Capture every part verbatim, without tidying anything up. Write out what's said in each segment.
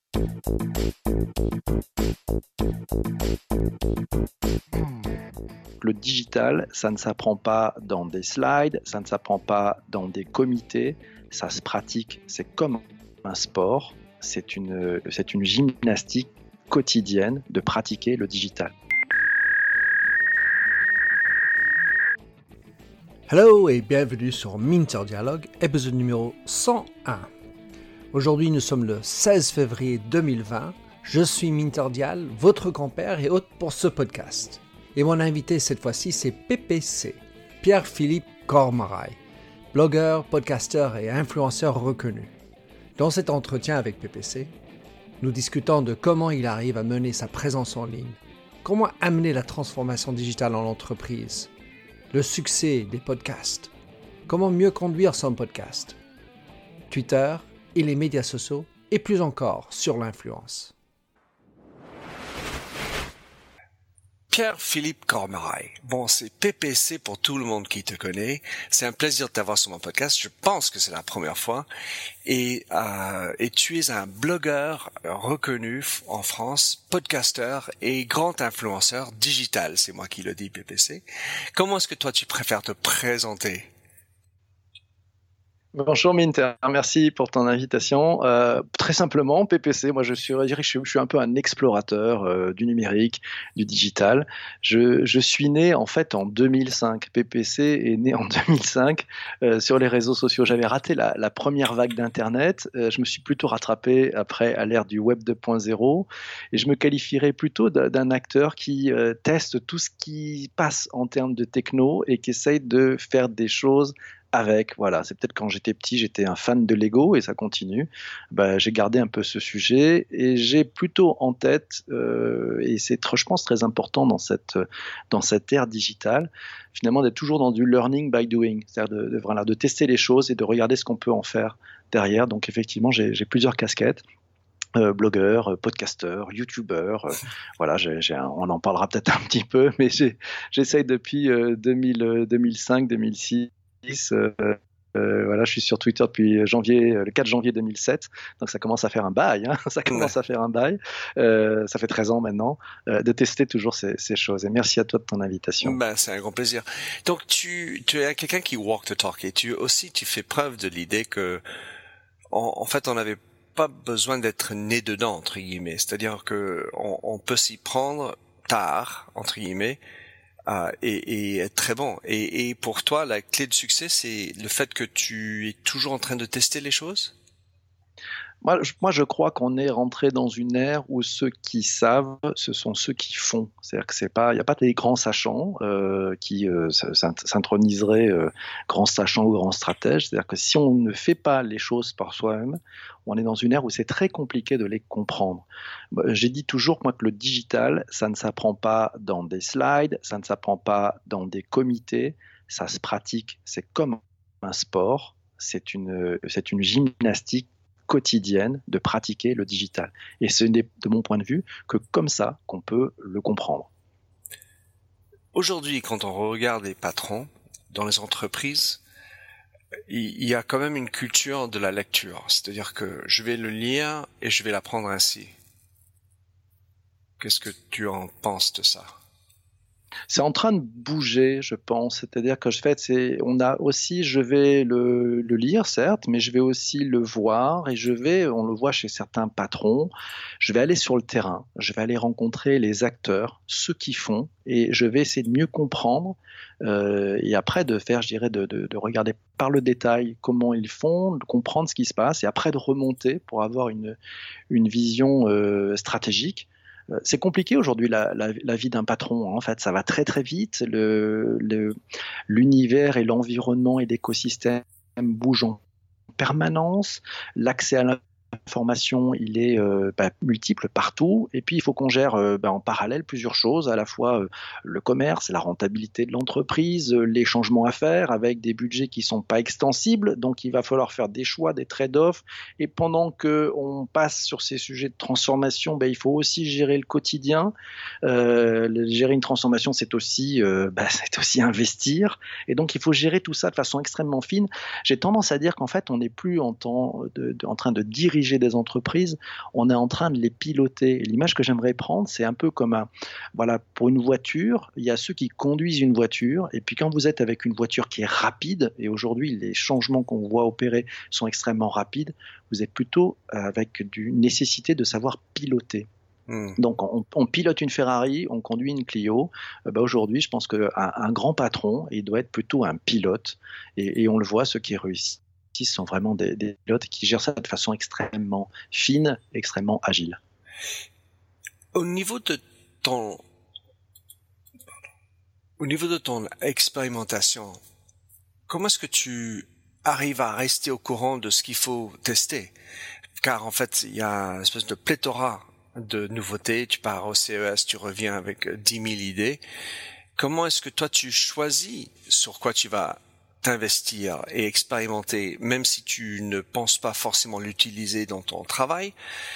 Le digital, ça ne s'apprend pas dans des slides, ça ne s'apprend pas dans des comités, ça se pratique, c'est comme un sport, c'est une, c'est une gymnastique quotidienne de pratiquer le digital. Hello et bienvenue sur Minter Dialogue, épisode numéro cent un. Aujourd'hui, nous sommes le seize février deux mille vingt. Je suis Minter Dial, votre compère et hôte pour ce podcast. Et mon invité cette fois-ci, c'est P P C, Pierre-Philippe Cormaraille, blogueur, podcasteur et influenceur reconnu. Dans cet entretien avec P P C, nous discutons de comment il arrive à mener sa présence en ligne, comment amener la transformation digitale en entreprise, le succès des podcasts, comment mieux conduire son podcast, Twitter et les médias sociaux, et plus encore sur l'influence. Pierre-Philippe Cormaraille. Bon, c'est P P C pour tout le monde qui te connaît. C'est un plaisir de t'avoir sur mon podcast. Je pense que c'est la première fois. Et, euh, et tu es un blogueur reconnu en France, podcasteur et grand influenceur digital. C'est moi qui le dis, P P C. Comment est-ce que toi, tu préfères te présenter ? Bonjour Minter, merci pour ton invitation. Euh, très simplement, P P C, moi je suis, je suis, je suis un peu un explorateur euh, du numérique, du digital. Je, je suis né en fait en deux mille cinq. P P C est né en deux mille cinq euh, sur les réseaux sociaux. J'avais raté la, la première vague d'Internet. Euh, je me suis plutôt rattrapé après à l'ère du Web deux point zéro et je me qualifierais plutôt d'un acteur qui euh, teste tout ce qui passe en termes de techno et qui essaye de faire des choses avec, voilà, c'est peut-être quand j'étais petit, j'étais un fan de Lego et ça continue. Ben, j'ai gardé un peu ce sujet et j'ai plutôt en tête, euh, et c'est, je pense, très important dans cette, dans cette ère digitale, finalement d'être toujours dans du learning by doing, c'est-à-dire de, de, voilà, de tester les choses et de regarder ce qu'on peut en faire derrière. Donc effectivement, j'ai, j'ai plusieurs casquettes. Euh, blogueur, podcasteur, youtubeur, euh, voilà, j'ai, j'ai un, on en parlera peut-être un petit peu, mais j'ai, j'essaye depuis euh, deux mille, deux mille cinq, deux mille six. Euh, euh, voilà, je suis sur Twitter depuis janvier, le quatre janvier deux mille sept, donc ça commence à faire un bail, hein, ça commence ouais. à faire un bail, euh, ça fait treize ans maintenant, euh, de tester toujours ces, ces choses. Et merci à toi de ton invitation. Ben, c'est un grand plaisir. Donc tu, tu es quelqu'un qui walk the talk et tu aussi tu fais preuve de l'idée que, en, en fait, on n'avait pas besoin d'être né dedans entre guillemets, c'est-à-dire que on, on peut s'y prendre tard entre guillemets. Ah, et, et être très bon. Et, et pour toi, la clé de succès, c'est le fait que tu es toujours en train de tester les choses ? Moi je, moi, je crois qu'on est rentré dans une ère où ceux qui savent, ce sont ceux qui font. C'est-à-dire que c'est pas, il n'y a pas des grands sachants euh, qui euh, s'introniseraient euh, grands sachants ou grands stratèges. C'est-à-dire que si on ne fait pas les choses par soi-même, on est dans une ère où c'est très compliqué de les comprendre. J'ai dit toujours moi que le digital, ça ne s'apprend pas dans des slides, ça ne s'apprend pas dans des comités, ça se pratique. C'est comme un sport, c'est une, c'est une gymnastique quotidienne de pratiquer le digital. Et ce n'est, de mon point de vue, que comme ça qu'on peut le comprendre. Aujourd'hui, quand on regarde les patrons dans les entreprises, il y a quand même une culture de la lecture. C'est-à-dire que je vais le lire et je vais l'apprendre ainsi. Qu'est-ce que tu en penses de ça ? C'est en train de bouger, je pense. C'est-à-dire que je fais, c'est, on a aussi, je vais le, le lire, certes, mais je vais aussi le voir et je vais, on le voit chez certains patrons, je vais aller sur le terrain, je vais aller rencontrer les acteurs, ceux qui font, et je vais essayer de mieux comprendre euh, et après de faire, je dirais, de, de, de regarder par le détail comment ils font, de comprendre ce qui se passe et après de remonter pour avoir une, une vision euh, stratégique. C'est compliqué aujourd'hui la, la, la vie d'un patron, en fait, ça va très très vite, le, le, l'univers et l'environnement et l'écosystème bougent en permanence, l'accès à l'information il est euh, bah, multiple partout, et puis il faut qu'on gère euh, bah, en parallèle plusieurs choses, à la fois euh, le commerce, la rentabilité de l'entreprise, euh, les changements à faire avec des budgets qui sont pas extensibles, donc il va falloir faire des choix, des trade-offs, et pendant que on passe sur ces sujets de transformation, bah, il faut aussi gérer le quotidien. Euh, gérer une transformation, c'est aussi, euh, bah, c'est aussi investir, et donc il faut gérer tout ça de façon extrêmement fine. J'ai tendance à dire qu'en fait on n'est plus en, temps de, de, en train de diriger diriger des entreprises, on est en train de les piloter. Et l'image que j'aimerais prendre, c'est un peu comme un, voilà, pour une voiture, il y a ceux qui conduisent une voiture, et puis quand vous êtes avec une voiture qui est rapide, et aujourd'hui les changements qu'on voit opérer sont extrêmement rapides, vous êtes plutôt avec une nécessité de savoir piloter. Mmh. Donc on, on pilote une Ferrari, on conduit une Clio. Euh, bah aujourd'hui, je pense qu'un un grand patron, il doit être plutôt un pilote. Et, et on le voit, ceux qui réussissent sont vraiment des, des pilotes qui gèrent ça de façon extrêmement fine, extrêmement agile. Au niveau de ton, au niveau de ton expérimentation, comment est-ce que tu arrives à rester au courant de ce qu'il faut tester? Car en fait, il y a une espèce de pléthora de nouveautés, tu pars au C E S, tu reviens avec dix mille idées. Comment est-ce que toi tu choisis sur quoi tu vas t'investir et expérimenter, même si tu ne penses pas forcément l'utiliser dans ton travail?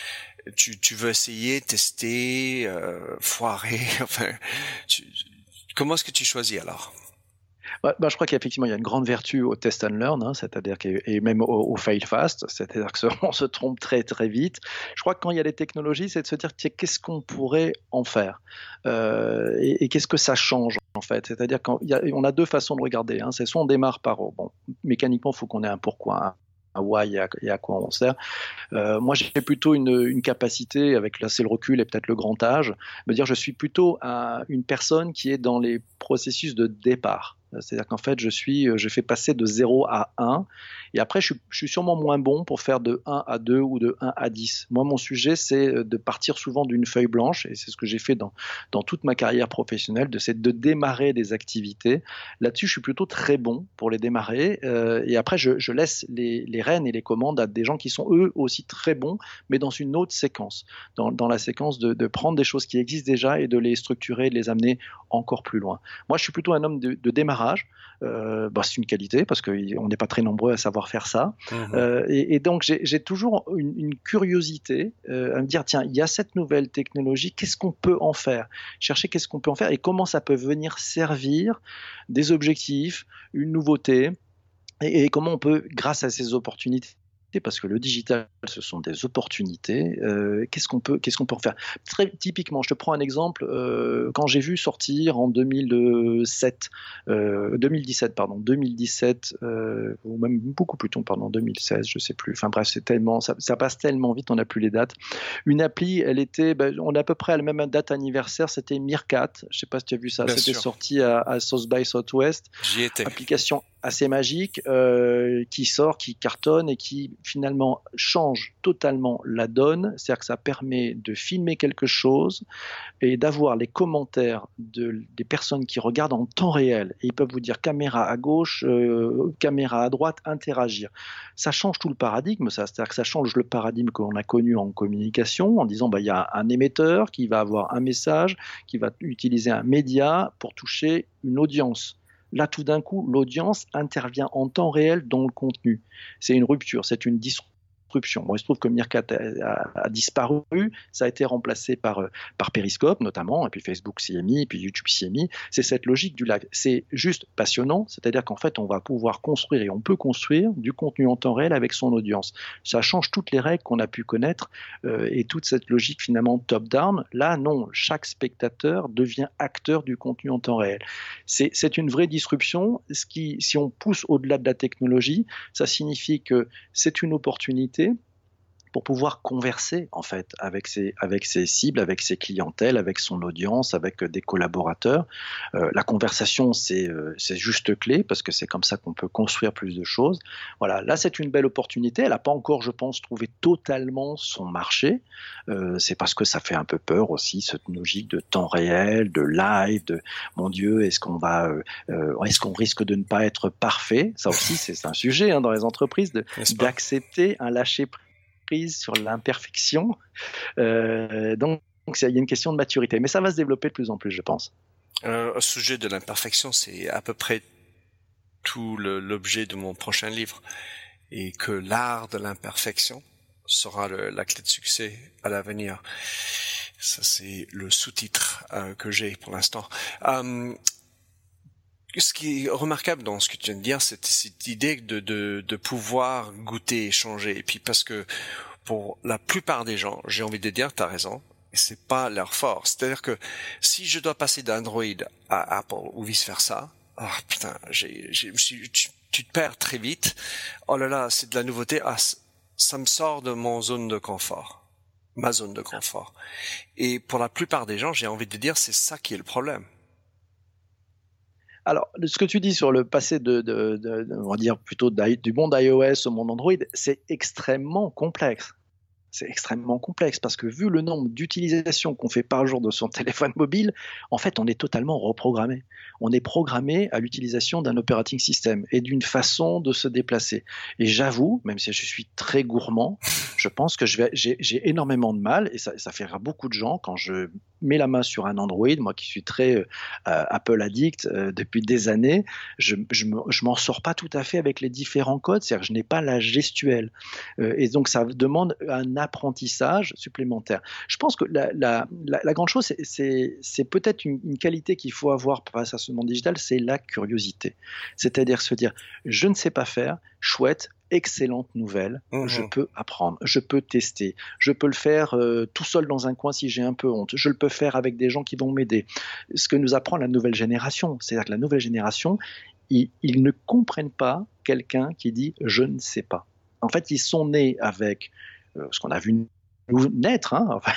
Tu, tu veux essayer, tester, euh, foirer, enfin, tu, comment est-ce que tu choisis alors? Bah, bah, je crois qu'effectivement, il y a une grande vertu au test and learn, hein, c'est-à-dire que, et même au, au fail fast, c'est-à-dire qu'on se trompe très très vite. Je crois que quand il y a des technologies, c'est de se dire qu'est-ce qu'on pourrait en faire euh, et, et qu'est-ce que ça change en fait. C'est-à-dire qu'on a deux façons de regarder. Hein. C'est soit on démarre par, bon, mécaniquement, il faut qu'on ait un pourquoi, hein. À why et à, et à quoi on sert. Euh, moi, j'ai plutôt une, une capacité, avec là c'est le recul et peut-être le grand âge, me dire je suis plutôt un, une personne qui est dans les processus de départ. C'est-à-dire qu'en fait, je suis, je fais passer de zéro à un, et après, je suis, je suis sûrement moins bon pour faire de un à deux ou de un à dix. Moi, mon sujet, c'est de partir souvent d'une feuille blanche, et c'est ce que j'ai fait dans, dans toute ma carrière professionnelle, de, c'est de démarrer des activités. Là-dessus, je suis plutôt très bon pour les démarrer, euh, et après, je, je laisse les, les rênes et les commandes à des gens qui sont eux aussi très bons, mais dans une autre séquence, dans, dans la séquence de, de prendre des choses qui existent déjà et de les structurer, de les amener encore plus loin. Moi, je suis plutôt un homme de, de démarrage. Euh, bah, c'est une qualité parce qu'on n'est pas très nombreux à savoir faire ça. Mmh. Euh, et, et donc, j'ai, j'ai toujours une, une curiosité euh, à me dire, tiens, il y a cette nouvelle technologie, qu'est-ce qu'on peut en faire? Chercher qu'est-ce qu'on peut en faire et comment ça peut venir servir des objectifs, une nouveauté, et, et comment on peut, grâce à ces opportunités, parce que le digital, ce sont des opportunités. Euh, qu'est-ce qu'on peut, qu'est-ce qu'on peut en faire? Très typiquement, je te prends un exemple. Euh, quand j'ai vu sortir en deux mille sept, euh, deux mille dix-sept, pardon, deux mille dix-sept, euh, ou même beaucoup plus tôt, pardon, deux mille seize, je sais plus. Enfin bref, c'est tellement, ça, ça passe tellement vite, on n'a plus les dates. Une appli, elle était, ben, on est à peu près à la même date anniversaire. C'était Meerkat. Je sais pas si tu as vu ça. Bien C'était sûr. Sorti à, à South by Southwest. J'y étais. Application assez magique euh, qui sort, qui cartonne et qui finalement change totalement la donne. C'est-à-dire que ça permet de filmer quelque chose et d'avoir les commentaires de, des personnes qui regardent en temps réel. Et ils peuvent vous dire caméra à gauche, euh, caméra à droite, interagir. Ça change tout le paradigme, ça. C'est-à-dire que ça change le paradigme qu'on a connu en communication en disant bah, il y a un émetteur qui va avoir un message, qui va utiliser un média pour toucher une audience. Là, tout d'un coup, l'audience intervient en temps réel dans le contenu. C'est une rupture, c'est une disruption. Bon, il se trouve que Meerkat a, a, a disparu, ça a été remplacé par, par Periscope notamment, et puis Facebook s'y est mis, et puis YouTube s'y est mis. C'est cette logique du live. C'est juste passionnant, c'est-à-dire qu'en fait, on va pouvoir construire, et on peut construire du contenu en temps réel avec son audience. Ça change toutes les règles qu'on a pu connaître, euh, et toute cette logique finalement top-down. Là, non, chaque spectateur devient acteur du contenu en temps réel. C'est, c'est une vraie disruption. Ce qui, si on pousse au-delà de la technologie, ça signifie que c'est une opportunité pour pouvoir converser en fait avec ses, avec ses cibles, avec ses clientèles, avec son audience, avec des collaborateurs. Euh, la conversation, c'est, euh, c'est juste clé parce que c'est comme ça qu'on peut construire plus de choses. Voilà, là c'est une belle opportunité. Elle n'a pas encore, je pense, trouvé totalement son marché. Euh, c'est parce que ça fait un peu peur aussi cette logique de temps réel, de live, de mon Dieu, est-ce qu'on va, euh, est-ce qu'on risque de ne pas être parfait? Ça aussi, c'est un sujet hein, dans les entreprises de, d'accepter un lâcher prise sur l'imperfection. Euh, donc, il y a une question de maturité. Mais ça va se développer de plus en plus, je pense. Euh, au sujet de l'imperfection, c'est à peu près tout le, l'objet de mon prochain livre. Et que l'art de l'imperfection sera le, la clé de succès à l'avenir. Ça, c'est le sous-titre euh, que j'ai pour l'instant. Euh, Ce qui est remarquable dans ce que tu viens de dire, c'est cette idée de, de, de pouvoir goûter, échanger. Et puis parce que pour la plupart des gens, j'ai envie de dire, t'as raison, c'est pas leur force. C'est-à-dire que si je dois passer d'Android à Apple ou vice versa, ah oh, putain, j'ai, j'ai, tu, tu te perds très vite. Oh là là, c'est de la nouveauté. Ah, ça me sort de mon zone de confort, ma zone de confort. Et pour la plupart des gens, j'ai envie de dire, c'est ça qui est le problème. Alors, ce que tu dis sur le passé de, de, de, de on va dire plutôt du monde iOS au monde Android, c'est extrêmement complexe. C'est extrêmement complexe parce que vu le nombre d'utilisations qu'on fait par jour de son téléphone mobile, en fait, on est totalement reprogrammé. On est programmé à l'utilisation d'un operating system et d'une façon de se déplacer. Et j'avoue, même si je suis très gourmand, je pense que je vais, j'ai, j'ai énormément de mal, et ça, ça fait rire beaucoup de gens quand je mets la main sur un Android, moi qui suis très euh, Apple addict euh, depuis des années, je, je, me, je m'en sors pas tout à fait avec les différents codes, c'est-à-dire que je n'ai pas la gestuelle. Euh, et donc ça demande un apprentissage supplémentaire. Je pense que la, la, la, la grande chose, c'est, c'est, c'est peut-être une, une qualité qu'il faut avoir face à ce monde digital, c'est la curiosité. C'est-à-dire se dire, je ne sais pas faire, chouette, excellente nouvelle, mmh. je peux apprendre, je peux tester, je peux le faire euh, tout seul dans un coin si j'ai un peu honte, je le peux faire avec des gens qui vont m'aider. Ce que nous apprend la nouvelle génération, c'est-à-dire que la nouvelle génération, ils, ils ne comprennent pas quelqu'un qui dit « je ne sais pas ». En fait, ils sont nés avec euh, ce qu'on a vu naître, hein, enfin,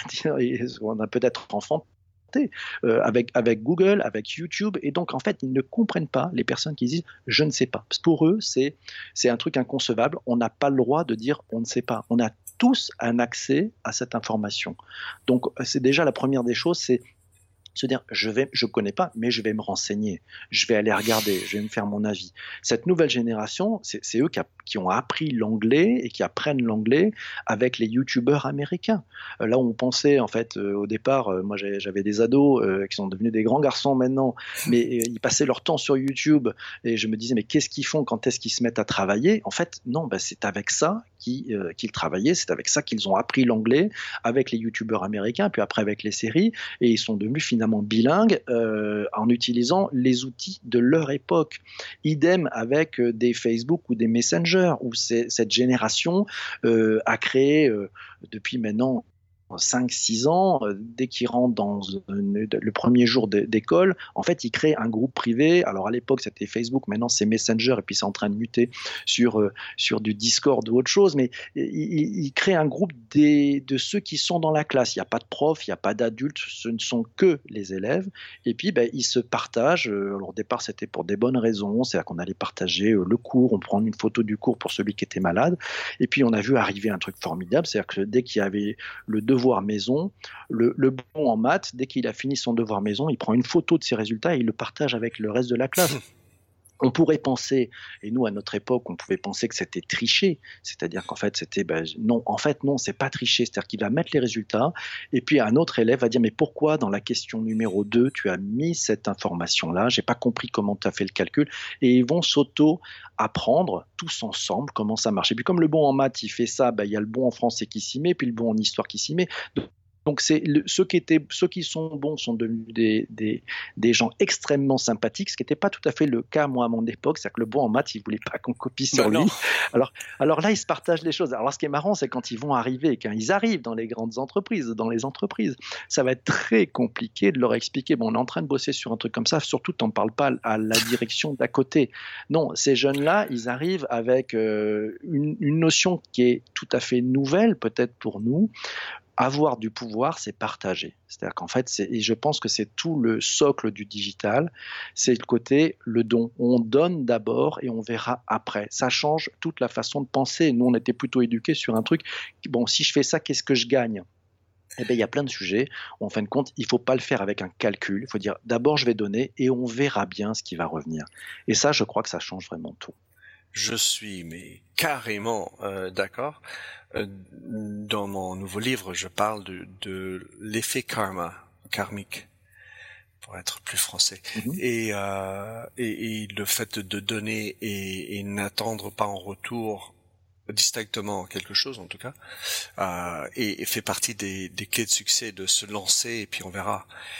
on a peut-être enfanté, Euh, avec, avec Google, avec YouTube, et donc en fait ils ne comprennent pas les personnes qui disent je ne sais pas. Parce que pour eux c'est, c'est un truc inconcevable, on n'a pas le droit de dire on ne sait pas, on a tous un accès à cette information. Donc c'est déjà la première des choses, c'est se dire je vais, je connais pas, mais je vais me renseigner, je vais aller regarder, je vais me faire mon avis. Cette nouvelle génération, c'est, c'est eux qui, a, qui ont appris l'anglais et qui apprennent l'anglais avec les youtubeurs américains. Euh, là où on pensait en fait euh, au départ, euh, moi j'avais, j'avais des ados euh, qui sont devenus des grands garçons maintenant, mais euh, ils passaient leur temps sur YouTube et je me disais mais qu'est-ce qu'ils font, quand est-ce qu'ils se mettent à travailler? En fait non, ben, c'est avec ça qu'ils, euh, qu'ils travaillaient, c'est avec ça qu'ils ont appris l'anglais, avec les youtubeurs américains, puis après avec les séries, et ils sont devenus finalement bilingues euh, en utilisant les outils de leur époque. Idem avec euh, des Facebook ou des Messenger, où c'est, cette génération euh, a créé euh, depuis maintenant cinq six ans, euh, dès qu'ils rentrent dans une, le premier jour de, d'école, en fait, ils créent un groupe privé. Alors, à l'époque, c'était Facebook, maintenant, c'est Messenger, et puis c'est en train de muter sur, euh, sur du Discord ou autre chose, mais ils, ils créent un groupe des, de ceux qui sont dans la classe. Il n'y a pas de prof, il n'y a pas d'adultes, ce ne sont que les élèves, et puis, ben, ils se partagent. Alors, au départ, c'était pour des bonnes raisons, c'est-à-dire qu'on allait partager euh, le cours, on prend une photo du cours pour celui qui était malade, et puis on a vu arriver un truc formidable, c'est-à-dire que dès qu'il y avait le devoir maison, le, le bon en maths, dès qu'il a fini son devoir maison, il prend une photo de ses résultats et il le partage avec le reste de la classe. On pourrait penser, et nous à notre époque, on pouvait penser que c'était tricher, c'est-à-dire qu'en fait c'était, ben, non, en fait non, c'est pas tricher, c'est-à-dire qu'il va mettre les résultats, et puis un autre élève va dire mais pourquoi dans la question numéro deux tu as mis cette information-là, j'ai pas compris comment tu as fait le calcul, et ils vont s'auto-apprendre tous ensemble comment ça marche. Et puis comme le bon en maths il fait ça, ben, il y a le bon en français qui s'y met, puis le bon en histoire qui s'y met. Donc, Donc c'est le, ceux qui étaient, ceux qui sont bons sont devenus des, des, des gens extrêmement sympathiques, ce qui n'était pas tout à fait le cas moi à mon époque, c'est-à-dire que le bon en maths il voulait pas qu'on copie sur ben lui. Alors, alors là ils se partagent les choses. Alors ce qui est marrant c'est quand ils vont arriver, quand ils arrivent dans les grandes entreprises, dans les entreprises, ça va être très compliqué de leur expliquer. Bon, on est en train de bosser sur un truc comme ça, surtout t'en parles pas à la direction d'à côté. Non, ces jeunes-là ils arrivent avec euh, une, une notion qui est tout à fait nouvelle peut-être pour nous. Avoir du pouvoir, c'est partager. C'est-à-dire qu'en fait, c'est, et je pense que c'est tout le socle du digital, c'est le côté, le don. On donne d'abord et on verra après. Ça change toute la façon de penser. Nous, on était plutôt éduqués sur un truc, bon, si je fais ça, qu'est-ce que je gagne ? Eh bien, il y a plein de sujets où, en fin de compte, il ne faut pas le faire avec un calcul. Il faut dire, d'abord, je vais donner et on verra bien ce qui va revenir. Et ça, je crois que ça change vraiment tout. Je suis mais carrément euh, d'accord. Euh, dans mon nouveau livre, je parle de, de l'effet karma, karmique, pour être plus français. Mm-hmm. Et, euh, et, et le fait de donner et, et n'attendre pas en retour distinctement quelque chose, en tout cas, euh, et, et fait partie des, des clés de succès de se lancer et puis on verra.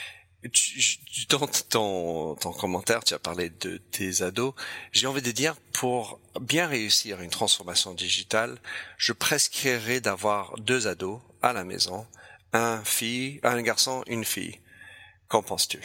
Tu, dans ton, ton commentaire, tu as parlé de tes ados. J'ai envie de dire, pour bien réussir une transformation digitale, je prescrirais d'avoir deux ados à la maison, un fille, un garçon, une fille. Qu'en penses-tu?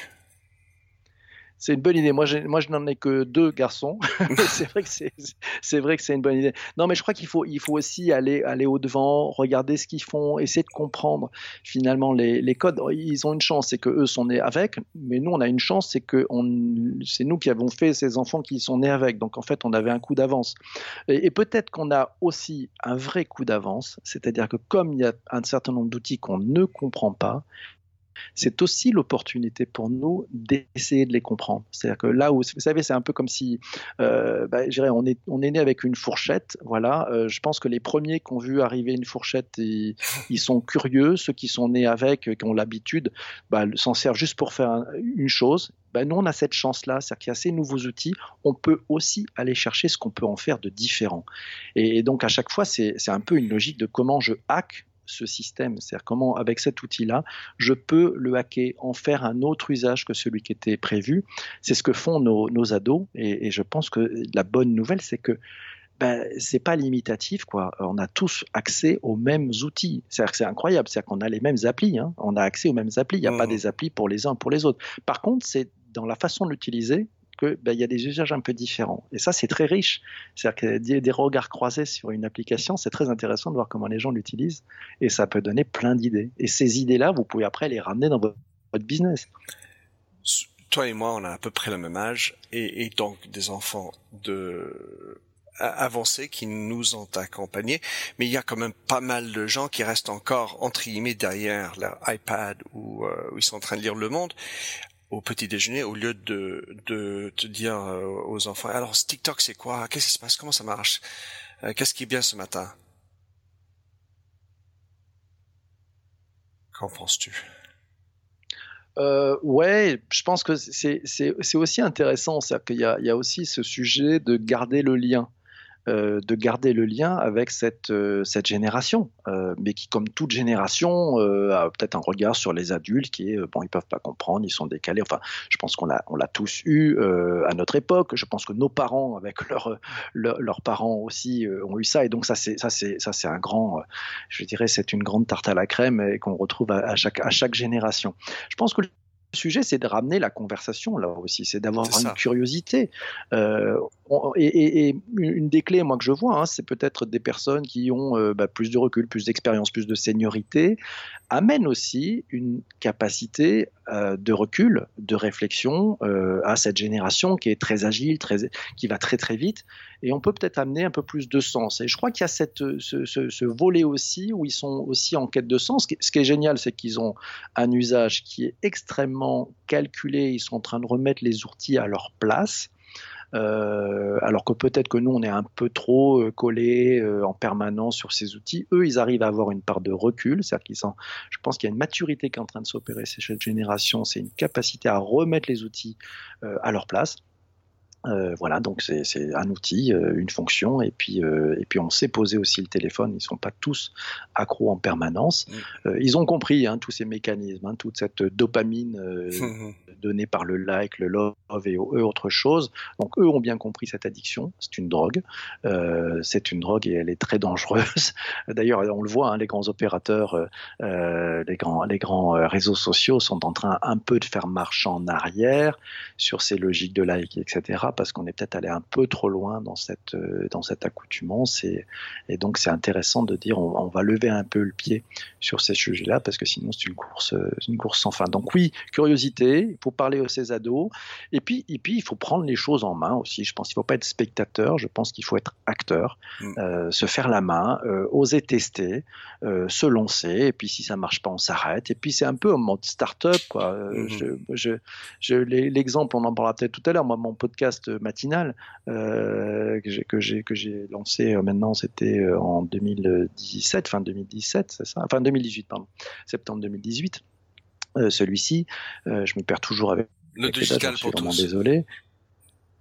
C'est une bonne idée. Moi, j'ai, moi je n'en ai que deux garçons. c'est vrai que c'est, c'est vrai que c'est une bonne idée. Non, mais je crois qu'il faut, il faut aussi aller, aller au devant, regarder ce qu'ils font, essayer de comprendre finalement les, les codes. Ils ont une chance, c'est que eux sont nés avec, mais nous, on a une chance, c'est que on, c'est nous qui avons fait ces enfants qui sont nés avec. Donc en fait, on avait un coup d'avance. Et, et peut-être qu'on a aussi un vrai coup d'avance, c'est-à-dire que comme il y a un certain nombre d'outils qu'on ne comprend pas, c'est aussi l'opportunité pour nous d'essayer de les comprendre. C'est-à-dire que là où, vous savez, c'est un peu comme si, euh, bah, je dirais, on est, on est né avec une fourchette, voilà. Euh, je pense que les premiers qui ont vu arriver une fourchette, ils, ils sont curieux. Ceux qui sont nés avec, qui ont l'habitude, bah, s'en servent juste pour faire un, une chose. Bah, nous, on a cette chance-là, c'est-à-dire qu'il y a ces nouveaux outils, on peut aussi aller chercher ce qu'on peut en faire de différent. Et, et donc, à chaque fois, c'est, c'est un peu une logique de comment je hack ce système, c'est-à-dire comment avec cet outil-là, je peux le hacker, en faire un autre usage que celui qui était prévu. C'est ce que font nos, nos ados, et, et je pense que la bonne nouvelle, c'est que ben, c'est pas limitatif, quoi. On a tous accès aux mêmes outils. C'est-à-dire que c'est incroyable, c'est-à-dire qu'on a les mêmes applis, hein. On a accès aux mêmes applis, il n'y a mmh. pas des applis pour les uns pour les autres. Par contre, c'est dans la façon de l'utiliser qu'il ben, y a des usages un peu différents. Et ça, c'est très riche. C'est-à-dire que des, des regards croisés sur une application, c'est très intéressant de voir comment les gens l'utilisent. Et ça peut donner plein d'idées. Et ces idées-là, vous pouvez après les ramener dans votre, votre business. Toi et moi, on a à peu près le même âge. Et, et donc, des enfants de avancés qui nous ont accompagnés. Mais il y a quand même pas mal de gens qui restent encore, entre guillemets, derrière leur iPad où, euh, où ils sont en train de lire Le Monde au petit déjeuner, au lieu de, de te dire aux enfants, alors TikTok c'est quoi? Qu'est-ce qui se passe? Comment ça marche? euh, Qu'est-ce qui est bien ce matin? Qu'en penses-tu? Euh, ouais, je pense que c'est, c'est, c'est aussi intéressant, c'est-à-dire qu'il y a, il y a aussi ce sujet de garder le lien. Euh, de garder le lien avec cette, euh, cette génération, euh, mais qui, comme toute génération, euh, a peut-être un regard sur les adultes qui est, euh, bon, ils peuvent pas comprendre, ils sont décalés. Enfin, je pense qu'on l'a, on l'a tous eu euh, à notre époque. Je pense que nos parents, avec leurs leur, leurs parents aussi, euh, ont eu ça. Et donc ça, c'est ça, c'est ça, c'est un grand, euh, je dirais, c'est une grande tarte à la crème et qu'on retrouve à, à chaque à chaque génération. Je pense que le sujet, c'est de ramener la conversation là aussi, c'est d'avoir c'est une ça. curiosité. Euh, on, et, et, et une des clés, moi, que je vois, hein, c'est peut-être des personnes qui ont euh, bah, plus de recul, plus d'expérience, plus de seniorité, amènent aussi une capacité euh, de recul, de réflexion euh, à cette génération qui est très agile, très, qui va très très vite. Et on peut peut-être amener un peu plus de sens. Et je crois qu'il y a cette, ce, ce, ce volet aussi où ils sont aussi en quête de sens. Ce qui est génial, c'est qu'ils ont un usage qui est extrêmement calculé. Ils sont en train de remettre les outils à leur place. Euh, alors que peut-être que nous, on est un peu trop euh, collés euh, en permanence sur ces outils. Eux, ils arrivent à avoir une part de recul. C'est-à-dire qu'ils sont, je pense qu'il y a une maturité qui est en train de s'opérer chez cette génération. C'est une capacité à remettre les outils euh, à leur place. Euh, voilà, donc c'est, c'est un outil, euh, une fonction, et puis euh, et puis on sait poser aussi le téléphone. Ils sont pas tous accros en permanence. Euh, ils ont compris hein, tous ces mécanismes, hein, toute cette dopamine euh, mmh. donnée par le like, le love et eux autre chose. Donc eux ont bien compris cette addiction. C'est une drogue. Euh, c'est une drogue et elle est très dangereuse. D'ailleurs, on le voit, hein, les grands opérateurs, euh, les grands les grands réseaux sociaux sont en train un peu de faire marche en arrière sur ces logiques de like, et cetera. Parce qu'on est peut-être allé un peu trop loin dans cette dans cette accoutumance et, et donc c'est intéressant de dire on, on va lever un peu le pied sur ces sujets-là parce que sinon c'est une course une course sans fin. Donc oui, curiosité, il faut parler à ces ados et puis et puis il faut prendre les choses en main aussi. Je pense qu'il ne faut pas être spectateur, je pense qu'il faut être acteur, mmh. euh, se faire la main, euh, oser tester, euh, se lancer et puis si ça marche pas on s'arrête et puis c'est un peu en mode start-up quoi. Mmh. Je, je, je, l'exemple on en parlera peut-être tout à l'heure. Moi mon podcast matinal euh, que, j'ai, que, j'ai, que j'ai lancé euh, maintenant c'était euh, en deux mille dix-sept, fin deux mille dix-sept, c'est ça, enfin deux mille dix-huit pardon, septembre deux mille dix-huit. Euh, celui-ci, euh, je me perds toujours avec le digital pour tous. Désolé.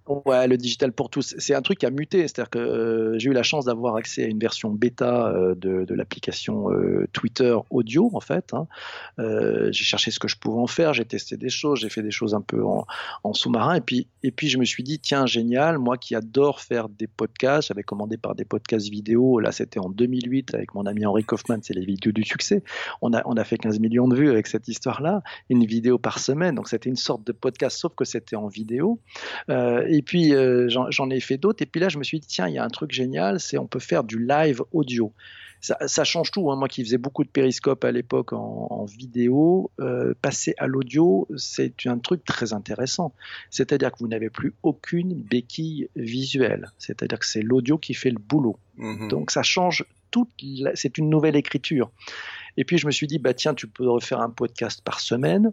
Ouais, le digital pour tous, c'est un truc qui a muté. C'est-à-dire que euh, j'ai eu la chance d'avoir accès à une version bêta euh, de, de l'application euh, Twitter audio, en fait. Hein. Euh, j'ai cherché ce que je pouvais en faire, j'ai testé des choses, j'ai fait des choses un peu en, en sous-marin. Et puis, et puis, je me suis dit, tiens, génial, moi qui adore faire des podcasts, j'avais commandé par des podcasts vidéo. Là, c'était en deux mille huit avec mon ami Henri Kaufman, c'est les vidéos du succès. On a, on a fait quinze millions de vues avec cette histoire-là, une vidéo par semaine. Donc, c'était une sorte de podcast, sauf que c'était en vidéo. Euh, et puis, euh, j'en, j'en ai fait d'autres. Et puis là, je me suis dit, tiens, il y a un truc génial, c'est on peut faire du live audio. Ça, ça change tout. Hein. Moi qui faisais beaucoup de périscope à l'époque en, en vidéo, euh, passer à l'audio, c'est un truc très intéressant. C'est-à-dire que vous n'avez plus aucune béquille visuelle. C'est-à-dire que c'est l'audio qui fait le boulot. Mm-hmm. Donc, ça change toute la... C'est une nouvelle écriture. Et puis, je me suis dit, bah, tiens, tu peux refaire un podcast par semaine.